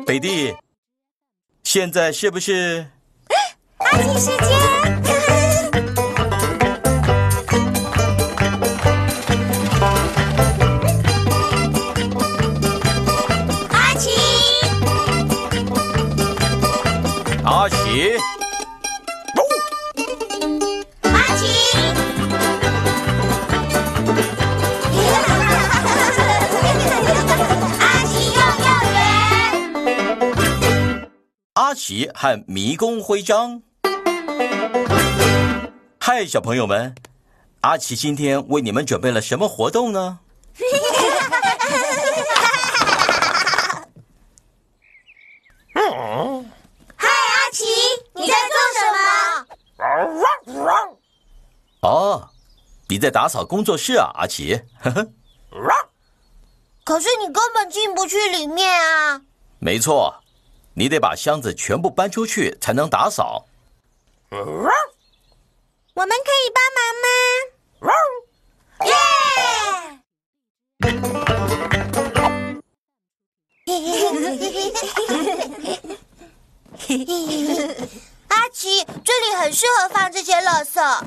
北地，现在是不是阿奇时间？阿奇， 阿奇？ 阿奇，阿奇幼幼园。 阿奇和迷宫徽章。嗨，小朋友们，阿奇今天为你们准备了什么活动呢？ 嗨，阿奇，你在做什么？ 哦，你在打扫工作室啊，阿奇。 可是你根本进不去里面啊！ 没错，你得把箱子全部搬出去才能打扫。 我们可以帮忙吗？耶！阿奇，这里很适合放这些垃圾。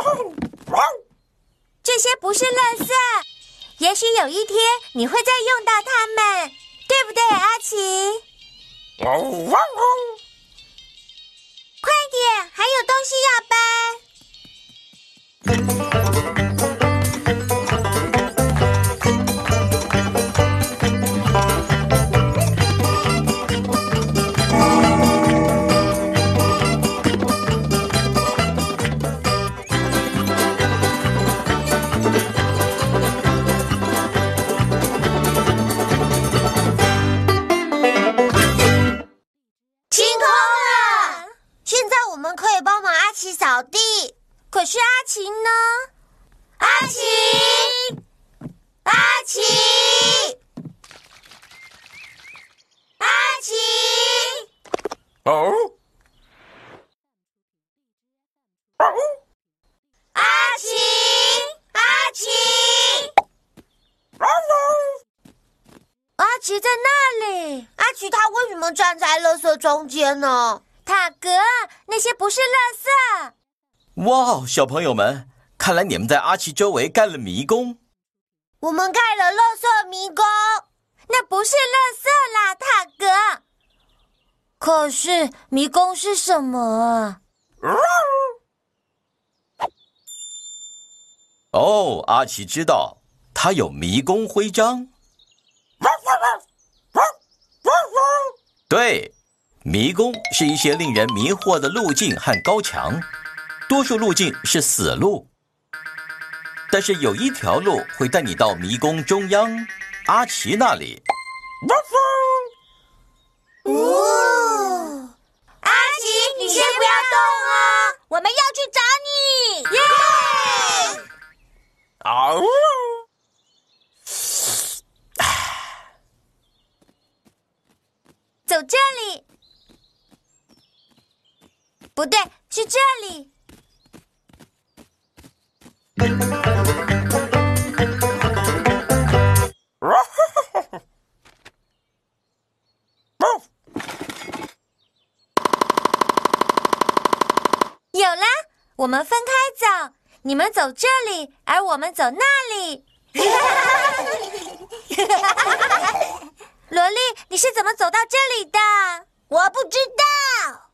这些不是垃圾，也许有一天你会再用到它们，对不对，阿奇？快点，还有东西要搬。扫地，可是阿奇呢？阿奇，阿奇，阿奇！ 哦， 阿奇，阿奇，阿奇在那里。阿奇他为什么站在垃圾中间呢？塔格，那些不是垃圾。 哇，小朋友们，看来你们在阿奇周围盖了迷宫。 我们盖了垃圾迷宫，那不是垃圾啦，塔格。可是迷宫是什么啊？ 哦，阿奇知道，他有迷宫徽章。对，迷宫是一些令人迷惑的路径和高墙。多数路径是死路，但是有一条路会带你到迷宫中央，阿奇那里。 哦，阿奇，你先不要动哦，我们要去找你。耶！ 啊！ 走这里，不对，是这里。有啦，我们分开走，你们走这里，而我们走那里。萝莉，你是怎么走到这里的？我不知道。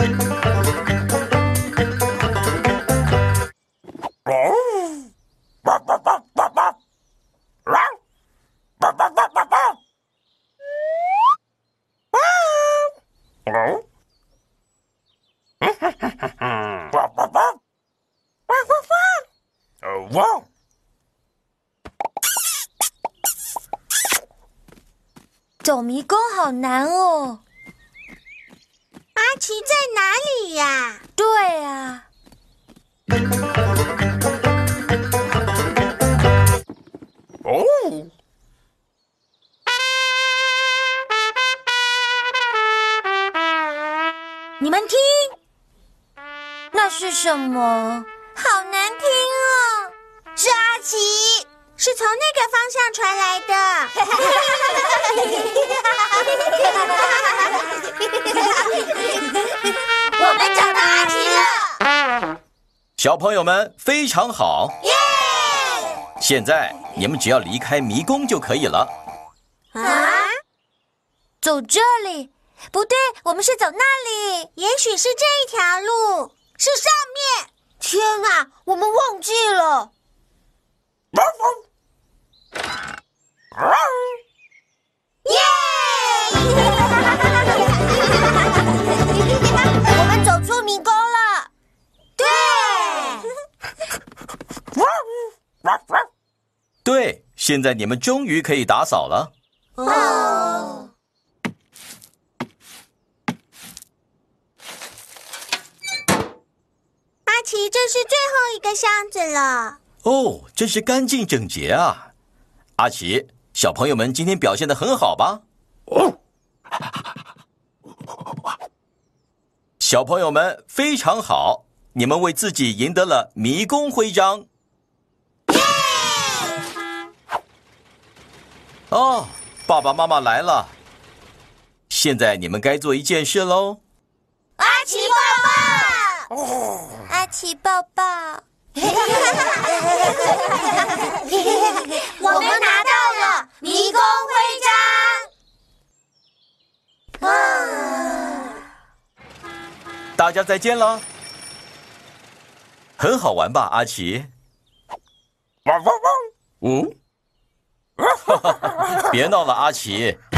走迷宫好难哦。阿奇在哪里呀？对啊。 哦， 你们听，那是什么？好难听哦！是阿奇，是从那个方向传来的。 小朋友们非常好。 耶！ 现在你们只要离开迷宫就可以了。 啊？走这里？不对，我们是走那里。也许是这一条路，是上面。天哪，我们忘记了。耶！我们走出迷宫了。对。 对，现在你们终于可以打扫了。 哦。阿奇，这是最后一个箱子了。 哦，真是干净整洁啊！阿奇，小朋友们今天表现得很好吧？小朋友们非常好，你们为自己赢得了迷宫徽章。哦，爸爸妈妈来了，现在你们该做一件事喽。 阿奇抱抱，阿奇抱抱。我们拿到了迷宫徽章。 大家再见了。很好玩吧，阿奇？别闹了，阿奇。